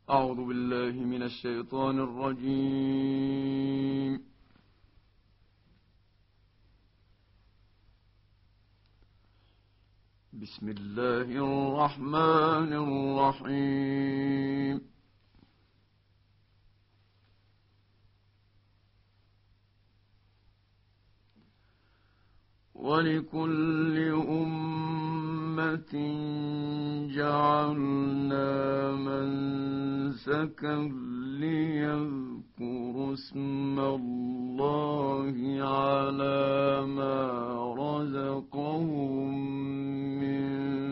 أعوذ بالله من الشيطان الرجيم. بسم الله الرحمن الرحيم. ولكل أمة جعلنا منسكا ليذكروا اسم الله على ما رزقهم من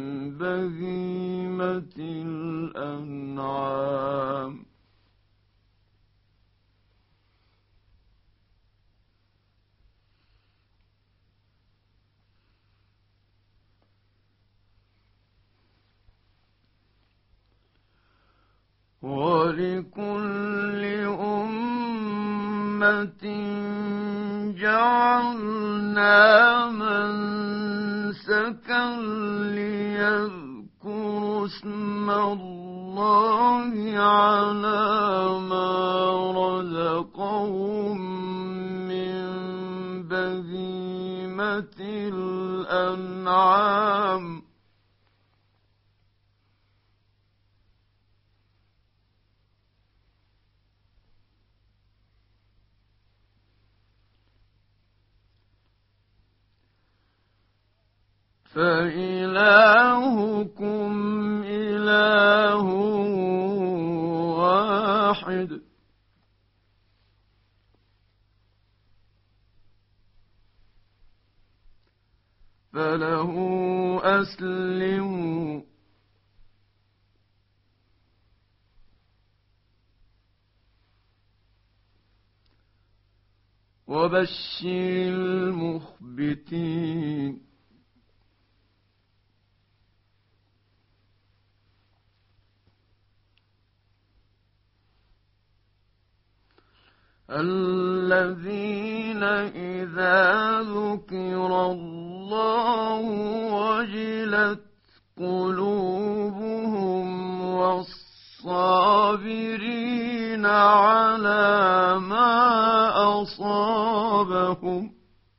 بهيمة الأنعام. ولكل أمة جعلنا منسكا ليذكروا اسم الله على ما رزقهم من بهيمة الأنعام. فإلهكم إله واحد فله أسلموا وبشر المخبتين. الذين إذا ذكر الله وجلت قلوبهم والصابرين على ما أصابهم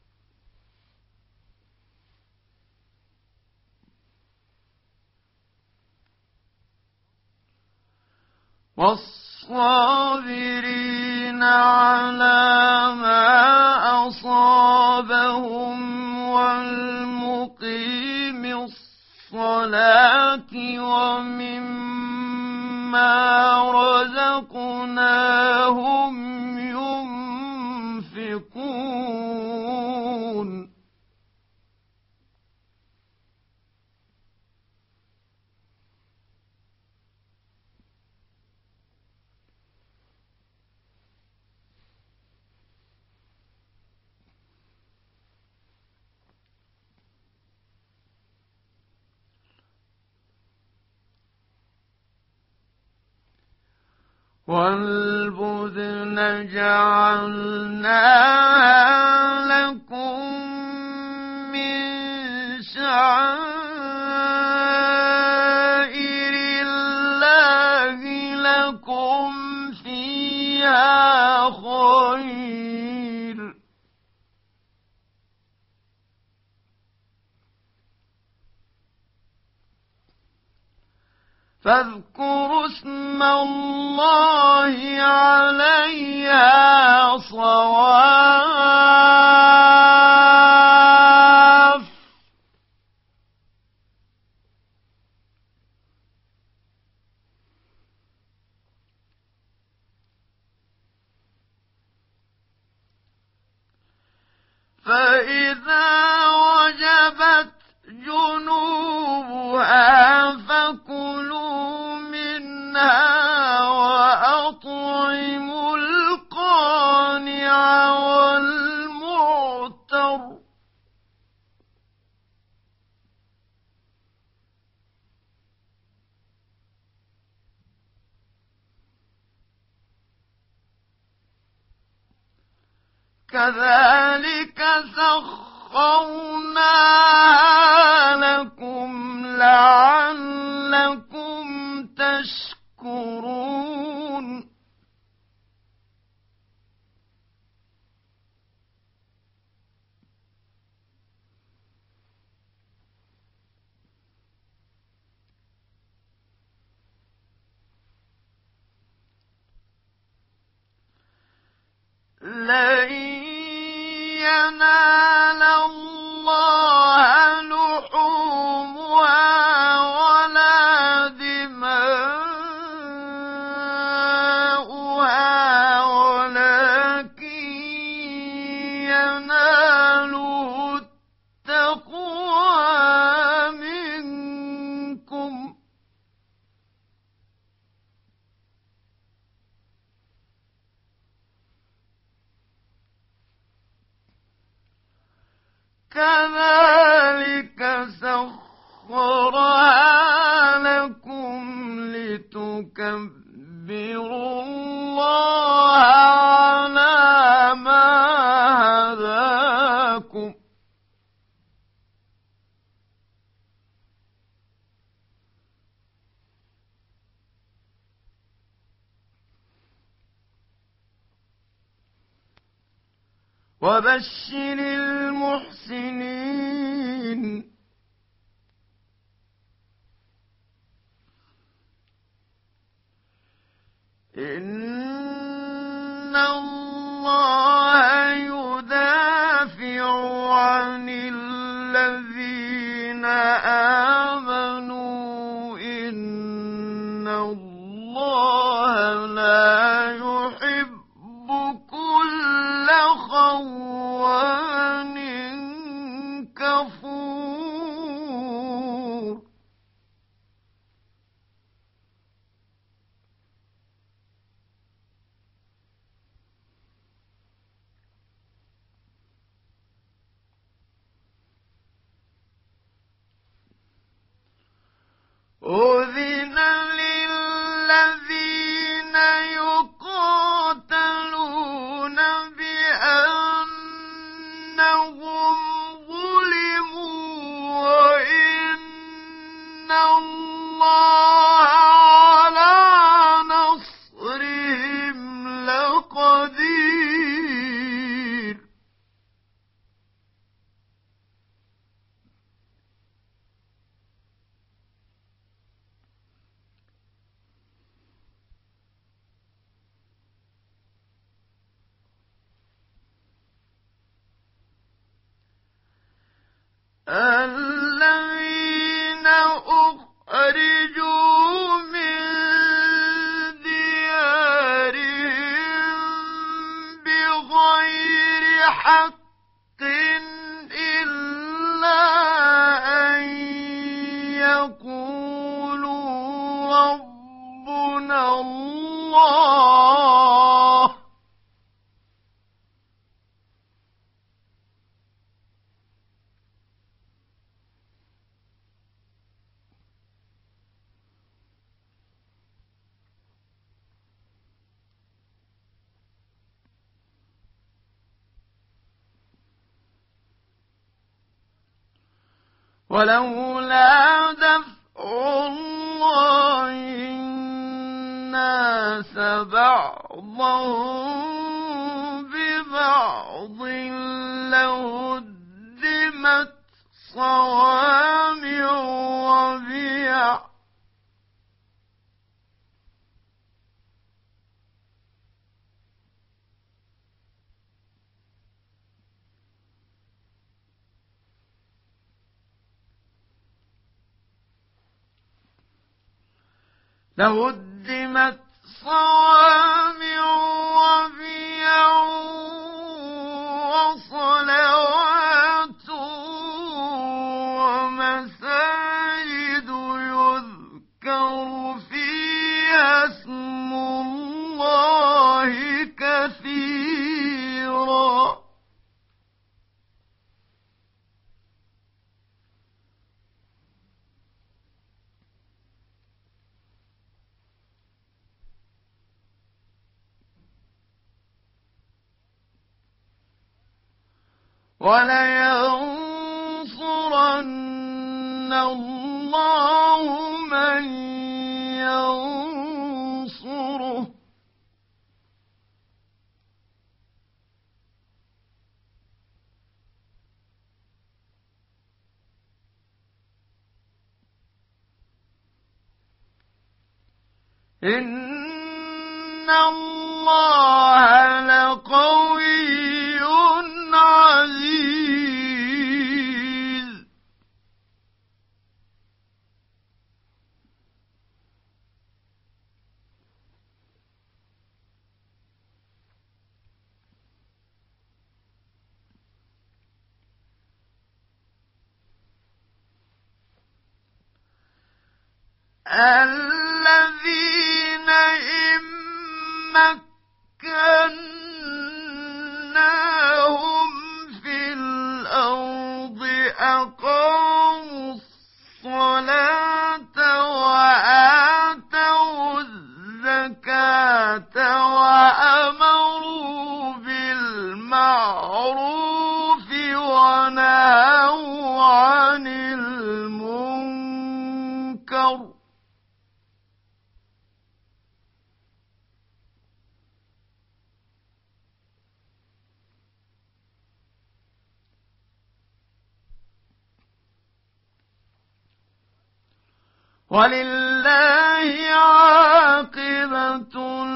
والصابرين على ما أصابهم والمقيم الصلاة ومما رزقناهم ينفقون. والبدن جعلناها لكم من شعائر الله لكم فيها خير فاذكروا اسم الله عليها صواف فإذا وجبت جنوبها فكلوا منها وأطعموا القانع والمعتر كذلك سخرناها لكم لعلكم تشكرون. كذلك سخرها لكم لتكبروا الله على ما هداكم وبشر المحسنين إن الله يدافع عن الذين آمنوا إن الله لا يحب كل خوان كفور أذن للذين يقاتلون بأنهم ظلموا وإن الله على نصرهم لقدير الذين أخرجوا من ديارهم بغير حق إلا أن يقولوا ربنا الله ولولا دفع الله الناس بعضهم ببعض لهدمت صوامع وبيع وصلوات ومساجد يذكر فيها اسم الله كثيرا ولينصرن الله من ينصره إن الله لقوي عزيز الذين إن مكناهم في الأرض النار ولله عاقبة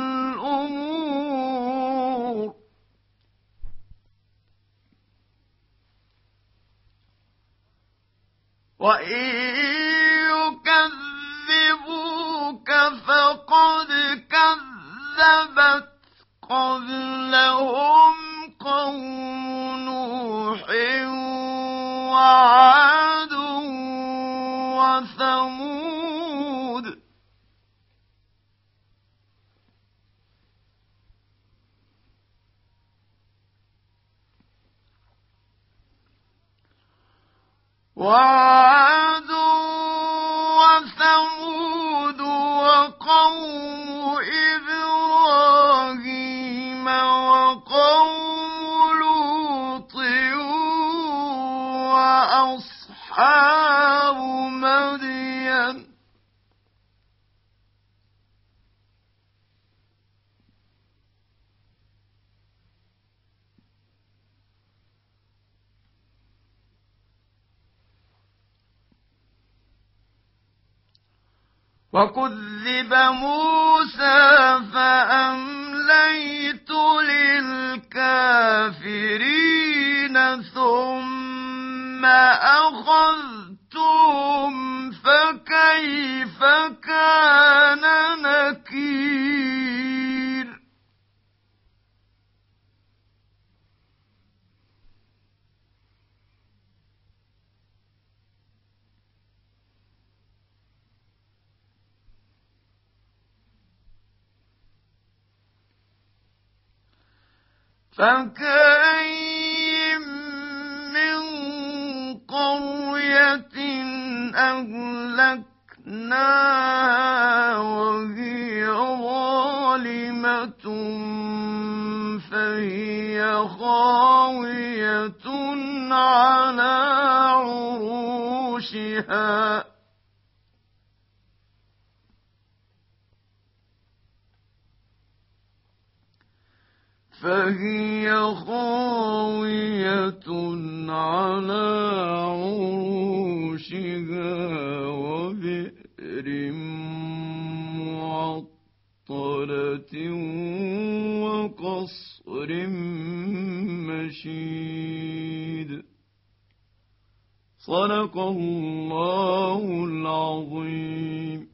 الأمور وإن يكذبوك فقد كذبت قبلهم قوم نوح وعاد وثمود وقوم إبراهيم وقوم لوط وأصحاب مدين وكذب موسى فأمليت للكافرين ثم أخذتهم فكيف كان نكير فكأين من قرية أهلكناها وهي ظالمة فهي خاوية على عروشها وبئر معطلة وقصر مشيد صدق الله العظيم.